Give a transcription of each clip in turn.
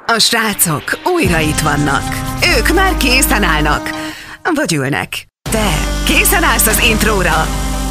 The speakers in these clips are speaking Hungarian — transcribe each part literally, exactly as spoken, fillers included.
A srácok újra itt vannak. Ők már készen állnak. Vagy ülnek. Te készen állsz az intróra?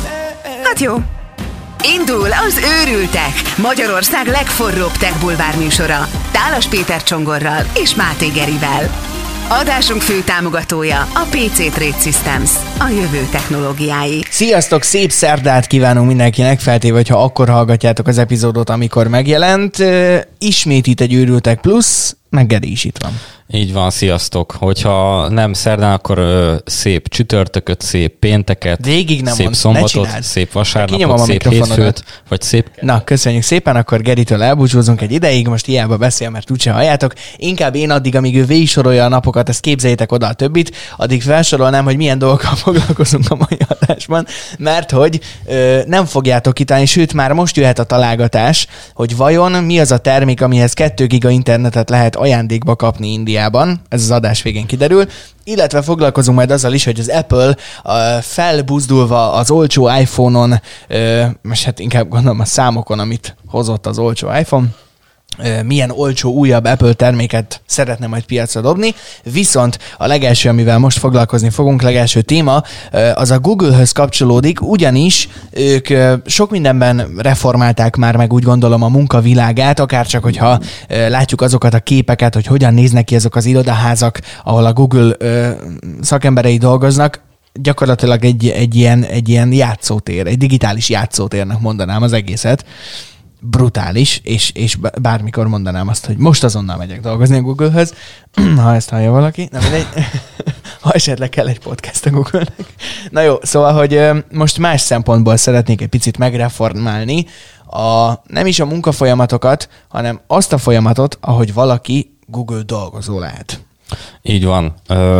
Hát jó. Indul az Őrültek, Magyarország legforróbb tech bulvár műsora. Tálas Péter Csongorral és Máté Gerivel. Adásunk fő támogatója a pé cé Trade Systems, a jövő technológiái. Sziasztok, szép szerdát kívánunk mindenkinek, feltéve, hogyha akkor hallgatjátok az epizódot, amikor megjelent. Ismét itt egy Őrültek plusz, meg Geri is itt van. Így van, sziasztok. Hogyha nem szerdán, akkor ö, szép csütörtököt, szép pénteket, Végig nem szép mond, szombatot, szép vasárnapot, szép hétfőt, vagy szép... Na, köszönjük szépen, akkor Geritől elbúcsúzunk egy ideig, most hiába beszél, mert úgyse halljátok. Inkább én addig, amíg ő végig sorolja a napokat, ezt képzeljétek oda a többit, addig felsorolnám, hogy milyen dolgokkal foglalkozunk a mai adásban, mert hogy ö, nem fogjátok kitálni, sőt már most jöhet a találgatás, hogy vajon mi az a termék, amihez kettő giga internetet lehet ajándékba kapni Indiában. Ez az adás végén kiderül, illetve foglalkozunk majd azzal is, hogy az Apple uh, felbuzdulva az olcsó iPhone-on, uh, most hát inkább gondolom a számokon, amit hozott az olcsó iPhone, uh, milyen olcsó újabb Apple terméket szeretne majd piacra dobni. Viszont a legelső, amivel most foglalkozni fogunk, legelső téma, uh, az a Google-höz kapcsolódik, ugyanis ők uh, sok mindenben reformálták már meg, úgy gondolom, a munkavilágát, akárcsak, hogyha uh, látjuk azokat a képeket, hogy hogyan néznek ki azok az irodaházak, ahol a Google uh, szakemberei dolgoznak, gyakorlatilag egy, egy, ilyen, egy ilyen játszótér, egy digitális játszótérnek mondanám az egészet. Brutális, és, és bármikor mondanám azt, hogy most azonnal megyek dolgozni a Google-höz, ha ezt hallja valaki, nem mindegy, ha esetleg kell egy podcast a Google-nek. Na jó, szóval, hogy most más szempontból szeretnék egy picit megreformálni a, nem is a munkafolyamatokat, hanem azt a folyamatot, ahogy valaki Google dolgozó lehet. Így van.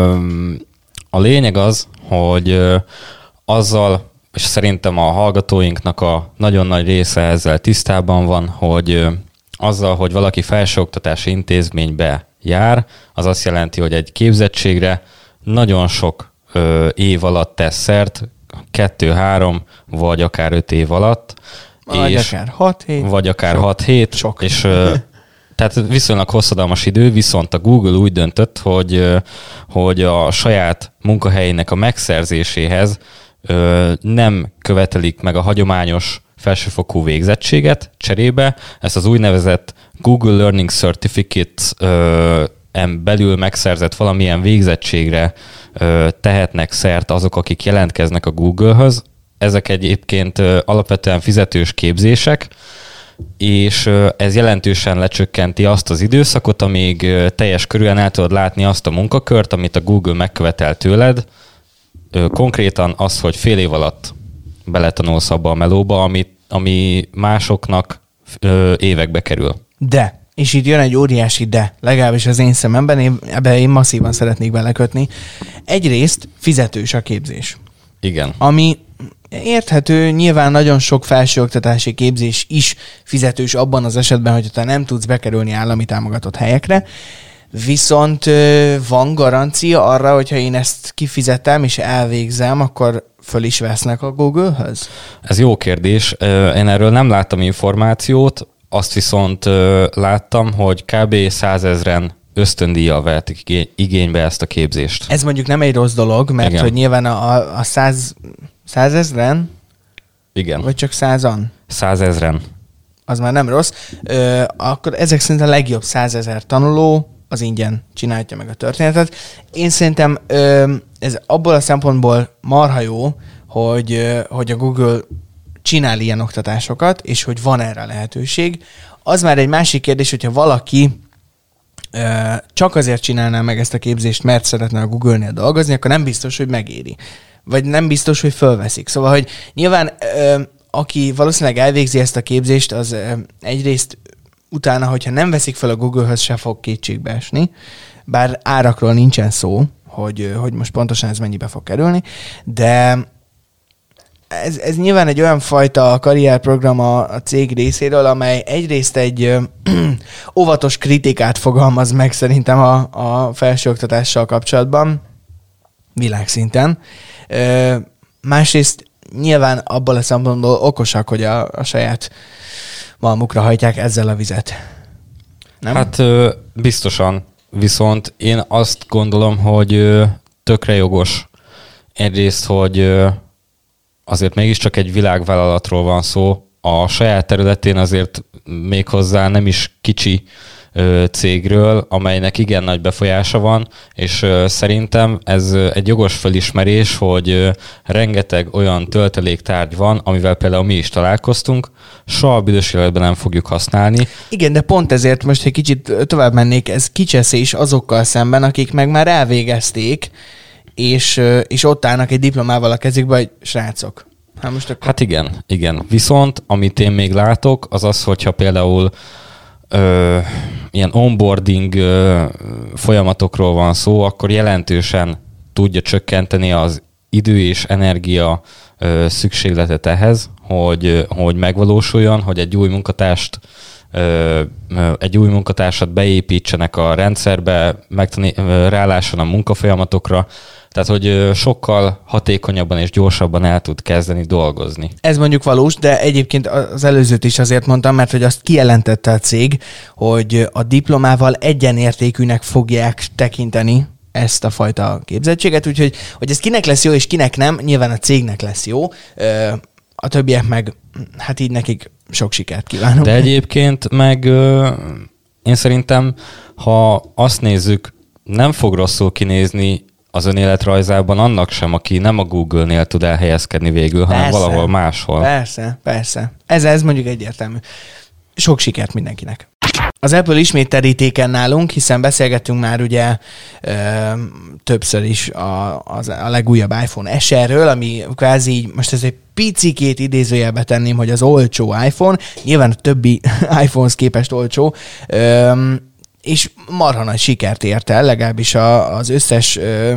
A lényeg az, hogy azzal, és szerintem a hallgatóinknak a nagyon nagy része ezzel tisztában van, hogy azzal, hogy valaki felsőoktatási intézménybe jár, az azt jelenti, hogy egy képzettségre nagyon sok ö, év alatt tesz szert, kettő-három, vagy akár öt év alatt. Vagy és, akár hat hét. Vagy akár hat hét. Sok. És ö, tehát viszonylag hosszadalmas idő, viszont a Google úgy döntött, hogy, hogy a saját munkahelyének a megszerzéséhez Ö, nem követelik meg a hagyományos felsőfokú végzettséget cserébe. Ezt az úgynevezett Google Learning Certificate-en belül megszerzett valamilyen végzettségre ö, tehetnek szert azok, akik jelentkeznek a Google-höz. Ezek egyébként ö, alapvetően fizetős képzések, és ö, ez jelentősen lecsökkenti azt az időszakot, amíg ö, teljes körülön el tudod látni azt a munkakört, amit a Google megkövetel tőled. Konkrétan az, hogy fél év alatt beletanulsz abba a melóba, ami, ami másoknak ö, évekbe kerül. De, és itt jön egy óriási de, legalábbis az én szememben, én, ebben én masszívan szeretnék belekötni. Egyrészt fizetős a képzés. Igen. Ami érthető, nyilván nagyon sok felsőoktatási képzés is fizetős abban az esetben, hogy te nem tudsz bekerülni állami támogatott helyekre, viszont van garancia arra, hogyha én ezt kifizetem és elvégzem, akkor föl is vesznek a Google-höz? Ez jó kérdés. Én erről nem láttam információt, azt viszont láttam, hogy kb. százezren ösztöndíjjal vehetik igénybe ezt a képzést. Ez mondjuk nem egy rossz dolog, mert igen, hogy nyilván a, a száz, százezren? Igen. Vagy csak százan? Százezren. Az már nem rossz. Ö, akkor ezek szerint a legjobb százezer tanuló az ingyen csinálja meg a történetet. Én szerintem ö, ez abból a szempontból marha jó, hogy, ö, hogy a Google csinál ilyen oktatásokat, és hogy van erre lehetőség. Az már egy másik kérdés, hogyha valaki ö, csak azért csinálná meg ezt a képzést, mert szeretne a Google-nél dolgozni, akkor nem biztos, hogy megéri. Vagy nem biztos, hogy fölveszik. Szóval, hogy nyilván ö, aki valószínűleg elvégzi ezt a képzést, az ö, egyrészt utána, hogyha nem veszik fel a Google-höz, se fog kétségbe esni, bár árakról nincsen szó, hogy, hogy most pontosan ez mennyibe fog kerülni, de ez, ez nyilván egy olyan fajta karrierprogram a, a cég részéről, amely egyrészt egy ö, óvatos kritikát fogalmaz meg szerintem a, a felsőoktatással kapcsolatban, világszinten. Ö, másrészt nyilván abban a szempontból okosak, hogy a, a saját malmukra hajtják ezzel a vizet. Nem? Hát Biztosan. Viszont én azt gondolom, hogy tökre jogos egyrészt, hogy azért mégiscsak egy világvállalatról van szó. A saját területén azért méghozzá nem is kicsi cégről, amelynek igen nagy befolyása van, és szerintem ez egy jogos felismerés, hogy rengeteg olyan tölteléktárgy van, amivel például mi is találkoztunk, soha büdös életben nem fogjuk használni. Igen, de pont ezért most egy kicsit tovább mennék, ez kicseszés azokkal szemben, akik meg már elvégezték, és, és ott állnak egy diplomával a kezükbe, hogy srácok. Hát, most akkor... hát igen, igen. Viszont amit én még látok, az az, hogyha például Ö, ilyen onboarding ö, folyamatokról van szó, akkor jelentősen tudja csökkenteni az idő és energia ö, szükségletet ehhez, hogy, hogy megvalósuljon, hogy egy új munkatárst ö, egy új munkatársat beépítsenek a rendszerbe, megtani, rálásson a munkafolyamatokra, tehát, hogy sokkal hatékonyabban és gyorsabban el tud kezdeni dolgozni. Ez mondjuk valós, de egyébként az előzőt is azért mondtam, mert hogy azt kijelentette a cég, hogy a diplomával egyenértékűnek fogják tekinteni ezt a fajta képzettséget, úgyhogy hogy ez kinek lesz jó és kinek nem, nyilván a cégnek lesz jó, a többiek meg, hát így nekik sok sikert kívánok. De egyébként meg én szerintem, ha azt nézzük, nem fog rosszul kinézni az önéletrajzában annak sem, aki nem a Google-nél tud elhelyezkedni végül, hanem persze, valahol máshol. Persze, persze. Ez, ez mondjuk egyértelmű. Sok sikert mindenkinek. Az Apple ismét terítéken nálunk, hiszen beszélgettünk már ugye ö, többször is a, az, a legújabb iPhone es er-ről, ami kvázi így, most ez egy picikét idézőjelbe tenném, hogy az olcsó iPhone, nyilván a többi iPhone-hoz képest olcsó, ö, és marha nagy sikert ért el, legalábbis a, az összes ö,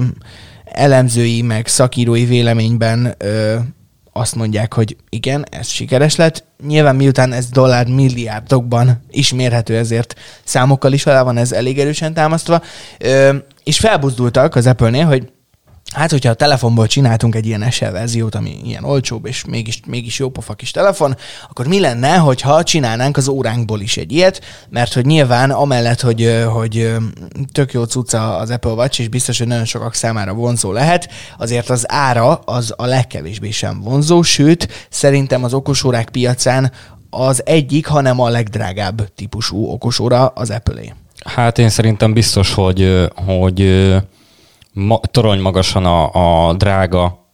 elemzői meg szakírói véleményben ö, azt mondják, hogy igen, ez sikeres lett. Nyilván miután ez dollár milliárdokban is mérhető, ezért számokkal is alá van ez elég erősen támasztva, ö, és felbuzdultak az Apple-nél, hogy hát, hogyha a telefonból csináltunk egy ilyen es er verziót, ami ilyen olcsóbb, és mégis, mégis jó pofa kis telefon, akkor mi lenne, hogyha csinálnánk az óránkból is egy ilyet, mert hogy nyilván amellett, hogy, hogy tök jó cucca az Apple Watch, és biztos, hogy nagyon sokak számára vonzó lehet, azért az ára az a legkevésbé sem vonzó, sőt, szerintem az okosórák piacán az egyik, hanem a legdrágább típusú okosóra az Apple-é. Hát én szerintem biztos, hogy, hogy Ma, torony magasan a, a drága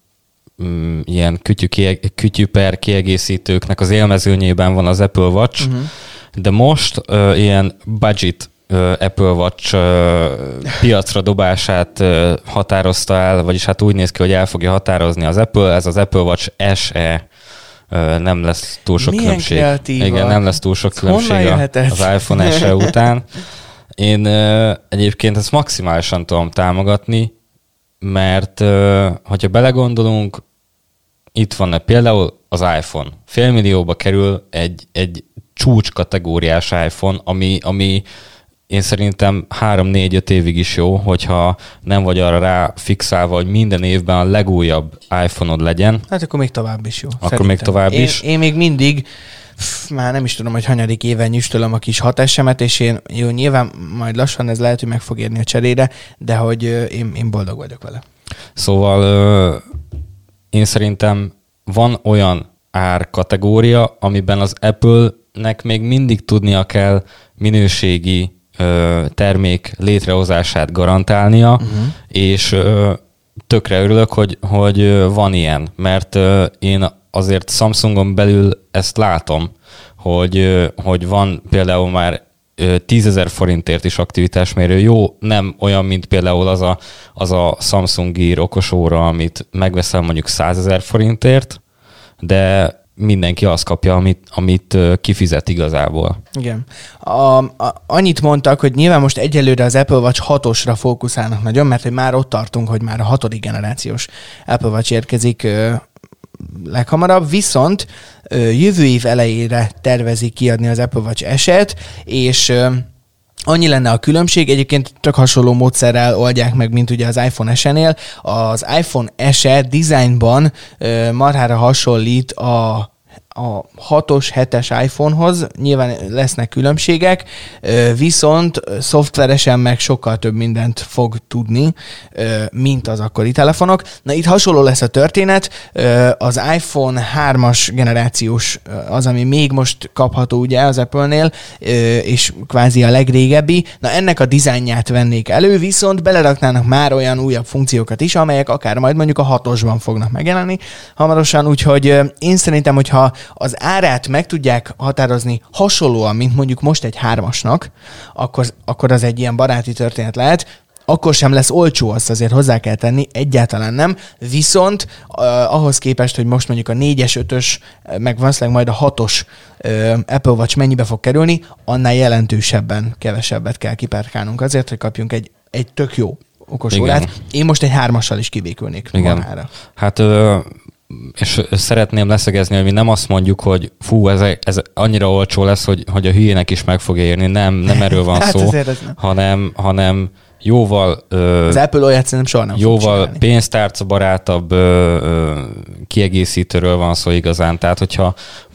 m, ilyen kütyű, kieg, kütyű per kiegészítőknek az élmezőnyében van az Apple Watch, uh-huh. de most uh, ilyen budget uh, Apple Watch uh, piacra dobását uh, határozta el, vagyis hát úgy néz ki, hogy el fogja határozni az Apple, ez az Apple Watch es e, uh, nem lesz túl sok milyen különbség. Kreatíva. Igen, nem lesz túl sok különbség az iPhone es e után. Én uh, egyébként ezt maximálisan tudom támogatni, mert uh, hogyha belegondolunk, itt van például az iPhone. Félmillióba kerül egy, egy csúcs kategóriás iPhone, ami, ami én szerintem három-négy-öt évig is jó, hogyha nem vagy arra rá fixálva, hogy minden évben a legújabb iPhone-od legyen. Hát akkor még tovább is jó. Akkor szerintem. még tovább én, is. Én még mindig Pff, már nem is tudom, hogy hanyadik éven nyüstölöm a kis hat es-emet, és én, jó, nyilván majd lassan ez lehet, hogy meg fog érni a cserére, de hogy én, én boldog vagyok vele. Szóval én szerintem van olyan árkategória, amiben az Apple-nek még mindig tudnia kell minőségi termék létrehozását garantálnia, uh-huh. és tökre örülök, hogy, hogy van ilyen, mert én azért Samsungon belül ezt látom, hogy, hogy van például már tízezer forintért is aktivitásmérő. Jó, nem olyan, mint például az a, az a Samsung Gear okosóra, amit megveszel mondjuk százezer forintért, de mindenki azt kapja, amit, amit kifizet igazából. Igen. A, a, annyit mondtak, hogy nyilván most egyelőre az Apple Watch hatosra fókuszálnak nagyon, mert hogy már ott tartunk, hogy már a hatodik generációs Apple Watch érkezik ö, leghamarabb, viszont ö, jövő év elejére tervezik kiadni az Apple Watch es et, és ö, annyi lenne a különbség, egyébként tök hasonló módszerrel oldják meg, mint ugye az iPhone es e-nél. Az iPhone es e dizájnban ö, marhára hasonlít a a hatos, hetes iPhone-hoz, nyilván lesznek különbségek, viszont szoftveresen meg sokkal több mindent fog tudni, mint az akkori telefonok. Na itt hasonló lesz a történet, az iPhone hármas generációs az, ami még most kapható ugye az Apple-nél, és kvázi a legrégebbi. Na ennek a dizájnját vennék elő, viszont beleraknának már olyan újabb funkciókat is, amelyek akár majd mondjuk a hatosban fognak megjelenni hamarosan, úgyhogy én szerintem, hogyha az árát meg tudják határozni hasonlóan, mint mondjuk most egy hármasnak, akkor, akkor az egy ilyen baráti történet lehet. Akkor sem lesz olcsó, azt azért hozzá kell tenni, egyáltalán nem. Viszont uh, ahhoz képest, hogy most mondjuk a négyes, ötös, meg valószínűleg majd a hatos uh, Apple Watch mennyibe fog kerülni, annál jelentősebben kevesebbet kell kiperkálnunk azért, hogy kapjunk egy, egy tök jó okos Igen. órát. Én most egy hármassal is kibékülnék. Igen. Marhára. Hát ö, és szeretném leszögezni, hogy mi nem azt mondjuk, hogy fú, ez, ez annyira olcsó lesz, hogy, hogy a hülyének is meg fog érni. Nem, nem erről van hát szó, hanem, hanem jóval ö, az Apple olyat szerintem soha nem jóval pénztárca barátabb ö, ö, kiegészítőről van szó igazán. Tehát, hogyha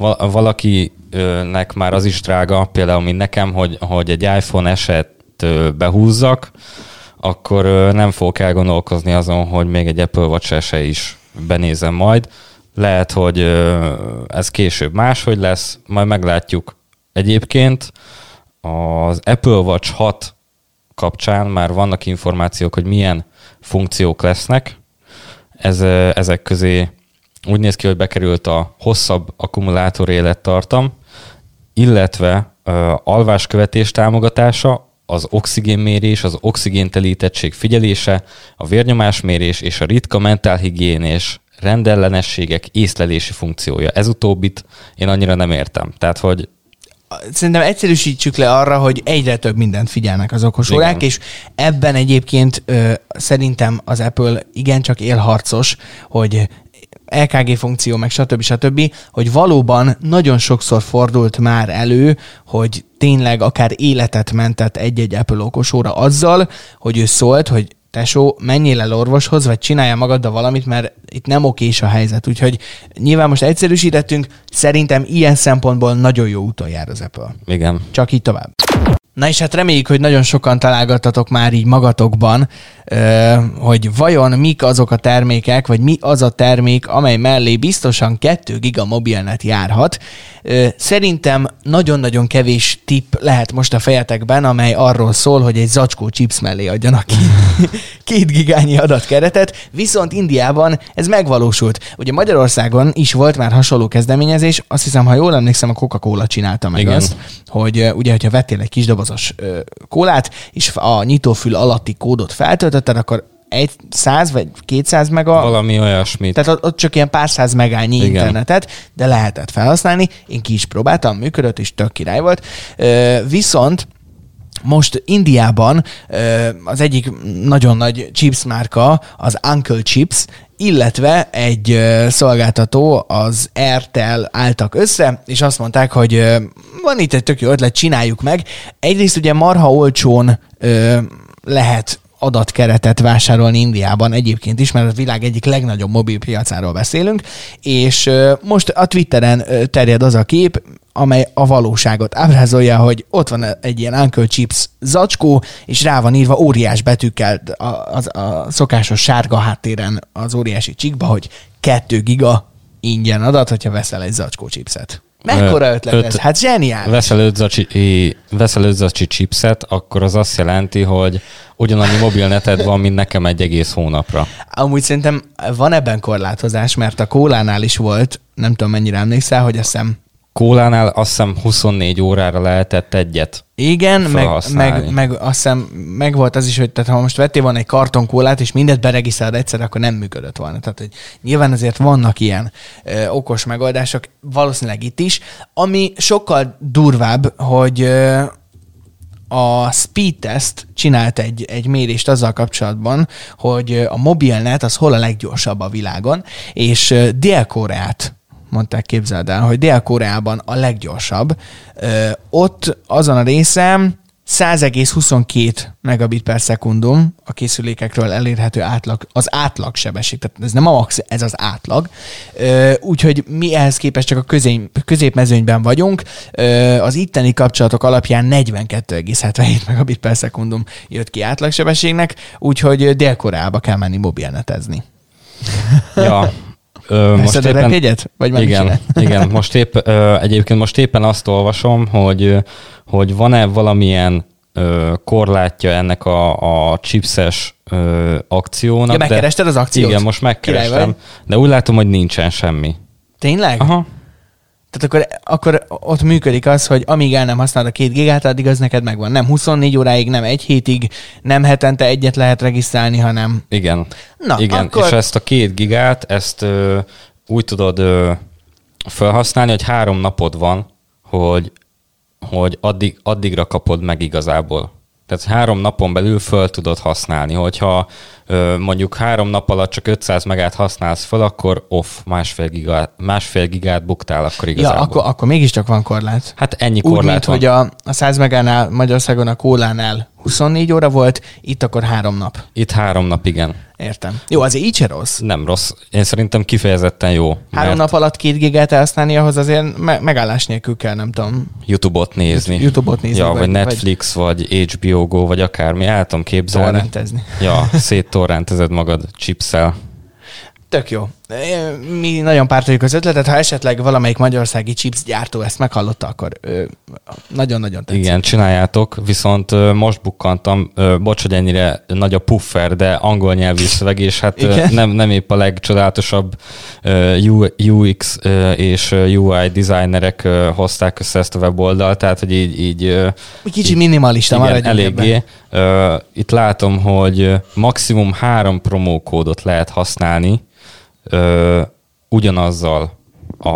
valakinek már az is drága, például mint nekem, hogy, hogy egy iPhone eset behúzzak, akkor nem fogok elgondolkozni azon, hogy még egy Apple Watch se is benézem majd. Lehet, hogy ez később máshogy lesz, majd meglátjuk. Egyébként az Apple Watch hat kapcsán már vannak információk, hogy milyen funkciók lesznek. Ez, ezek közé úgy néz ki, hogy bekerült a hosszabb akkumulátor élettartam, illetve alváskövetés támogatása, az oxigénmérés, az oxigéntelítettség figyelése, a vérnyomásmérés és a ritka mentálhigiénés rendellenességek észlelési funkciója. Ez utóbbit én annyira nem értem. Tehát, hogy szerintem egyszerűsítsük le arra, hogy egyre több mindent figyelnek az okos Igen. órák, és ebben egyébként ö, szerintem az Apple igencsak élharcos, hogy é ká gé funkció, meg stb. stb., hogy valóban nagyon sokszor fordult már elő, hogy tényleg akár életet mentett egy-egy Apple okosóra azzal, hogy ő szólt, hogy tesó, menjél el orvoshoz, vagy csinálja magaddal valamit, mert itt nem okés a helyzet. Úgyhogy nyilván most egyszerűsítettünk, szerintem ilyen szempontból nagyon jó úton jár az Apple. Igen. Csak így tovább. Na és hát reméljük, hogy nagyon sokan találgattatok már így magatokban, hogy vajon mik azok a termékek, vagy mi az a termék, amely mellé biztosan kettő giga mobilnet járhat. Szerintem nagyon-nagyon kevés tipp lehet most a fejetekben, amely arról szól, hogy egy zacskó chips mellé adjanak ki két gigányi adatkeretet, viszont Indiában ez megvalósult. Ugye Magyarországon is volt már hasonló kezdeményezés, azt hiszem, ha jól emlékszem, a Coca-Cola csinálta meg Igen. azt, hogy ugye, hogyha vettél egy kis dobozos ö, kólát, és a nyitófül alatti kódot feltöltötted, akkor egy száz vagy kétszáz mega... Valami olyasmit. Tehát ott, ott csak ilyen pár száz megányi Igen. internetet, de lehetett felhasználni. Én ki is próbáltam, működött, és tök király volt. Ö, viszont most Indiában ö, az egyik nagyon nagy chips márka, az Uncle Chips, illetve egy ö, szolgáltató, az Airtel álltak össze, és azt mondták, hogy ö, van itt egy tök jó ötlet, csináljuk meg. Egyrészt ugye marha olcsón ö, lehet adatkeretet vásárolni Indiában egyébként is, mert a világ egyik legnagyobb mobilpiacáról beszélünk, és most a Twitteren terjed az a kép, amely a valóságot ábrázolja, hogy ott van egy ilyen Uncle Chips zacskó, és rá van írva óriás betűkkel a, a, a szokásos sárga háttéren az óriási csikba, hogy kettő giga ingyen adat, hogyha veszel egy zacskó chipset. Mekkora ötlet öt, ez? Hát zseniális. Veszel öt zacsi, veszel öt zacsi chipset, akkor az azt jelenti, hogy ugyanannyi mobilneted van, mint nekem egy egész hónapra. Amúgy szerintem van ebben korlátozás, mert a kólánál is volt, nem tudom mennyire emlékszel, hogy azt hiszem... Kólánál azt hiszem huszonnégy órára lehetett egyet. Igen, meg, meg, meg azt hiszem meg volt az is, hogy tehát, ha most vettél volna egy karton kólát, és mindet beregisztrálod egyszer, akkor nem működött volna. Tehát, hogy nyilván azért vannak ilyen ö, okos megoldások, valószínűleg itt is, ami sokkal durvább, hogy ö, a Speedtest csinált egy, egy mérést azzal kapcsolatban, hogy a mobilnet az hol a leggyorsabb a világon, és ö, Dél-Koreát mondták, képzeld el, hogy Dél-Koreában a leggyorsabb. Ö, ott azon a részen száz egész huszonkét megabit per szekundum a készülékekről elérhető átlag, az átlag sebesség, tehát ez nem a max, ez az átlag. Úgyhogy mi ehhez képest csak a közé, középmezőnyben vagyunk. Az itteni kapcsolatok alapján negyvenkettő egész hetvenhét megabit per szekundum jött ki átlagsebességnek, úgyhogy Dél-Koreába kell menni mobilnetezni. Ja. Ö, most éppen, a repjegyet? Vagy igen, igen, most épp, ö, egyébként most éppen azt olvasom, hogy, hogy van-e valamilyen ö, korlátja ennek a, a chipses ö, akciónak. Ja, megkerested az akciót? Igen, most megkerestem, de úgy látom, hogy nincsen semmi. Tényleg? Aha. Tehát akkor, akkor ott működik az, hogy amíg el nem használod a két gigát, addig az neked megvan. Nem huszonnégy óráig, nem egy hétig, nem hetente egyet lehet regisztrálni, hanem... Igen. Na, Igen. akkor... És ezt a két gigát, ezt ö, úgy tudod ö, felhasználni, hogy három napod van, hogy, hogy addig, addigra kapod meg igazából. Tehát három napon belül föl tudod használni. Hogyha ö, mondjuk három nap alatt csak ötszáz megát használsz fel, akkor off, másfél gigát, másfél gigát buktál akkor igazából. Ja, akkor, akkor mégiscsak van korlát. Hát ennyi Úgy, korlát mint van. hogy a, a száz megánál Magyarországon a kólánál huszonnégy óra volt, itt akkor három nap. Itt három nap, igen. Értem. Jó, azért így se rossz. Nem rossz. Én szerintem kifejezetten jó. Három nap alatt két gigát elhasználni, ahhoz azért me- megállás nélkül kell, nem tudom. YouTube-ot nézni. YouTube-ot nézni. Ja, vagy, vagy Netflix, vagy, vagy há bé o Go, vagy akármi. El tudom képzelni. Torrentezni. Ja, széttorrentezed magad chipszel. Tök jó. Mi nagyon pártoljuk az ötletet, ha esetleg valamelyik magyarországi chips gyártó ezt meghallotta, akkor ö, nagyon-nagyon tetszik. Igen, csináljátok, viszont ö, most bukkantam, ö, bocs, hogy ennyire nagy a puffer, de angol nyelvű szöveg, és hát ö, nem, nem épp a legcsodálatosabb ö, u iksz ö, és u i designerek ö, hozták össze ezt a weboldalt, tehát hogy így... így ö, kicsi minimalista maradjunk eléggé. Ö, itt látom, hogy maximum három promókódot lehet használni, Ö, ugyanazzal a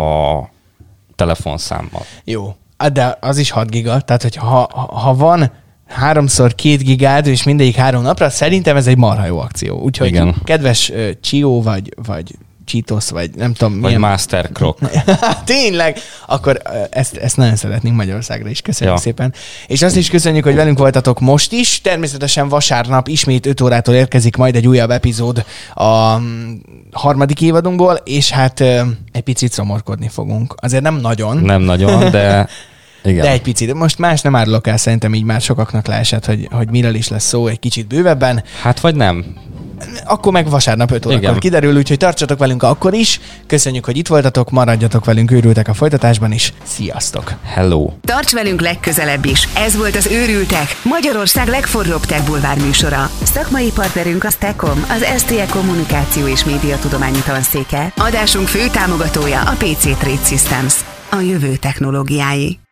telefonszámmal. Jó, de az is hat giga, tehát hogy ha, ha van háromszor két gigád, és mindegyik három napra, szerintem ez egy marha jó akció. Úgyhogy igen. Kedves uh, Csio, vagy, vagy Cheetos, vagy nem tudom vagy milyen... Master Croc. Tényleg? Akkor uh, ezt, ezt nagyon szeretnénk Magyarországra is. Köszönjük ja. szépen. És azt is köszönjük, hogy velünk voltatok most is. Természetesen vasárnap ismét öt órától érkezik majd egy újabb epizód a harmadik évadunkból, és hát uh, egy picit szomorkodni fogunk. Azért nem nagyon. Nem nagyon, de... Igen. De egy picit. Most más nem árulok el, szerintem így már sokaknak leesett, hogy, hogy miről is lesz szó egy kicsit bővebben. Hát vagy nem. Akkor meg vasárnap öt órakor igen. kiderül, úgyhogy tartsatok velünk akkor is. Köszönjük, hogy itt voltatok, maradjatok velünk, őrültek a folytatásban is. Sziasztok! Hello! Tarts velünk legközelebb is. Ez volt az Őrültek, Magyarország legforróbb tech bulvár műsora. Szakmai partnerünk a Stekom, az es té e Kommunikáció és Médiatudományi Tanszéke. Adásunk fő támogatója a pé cé Trade Systems, a jövő technológiái.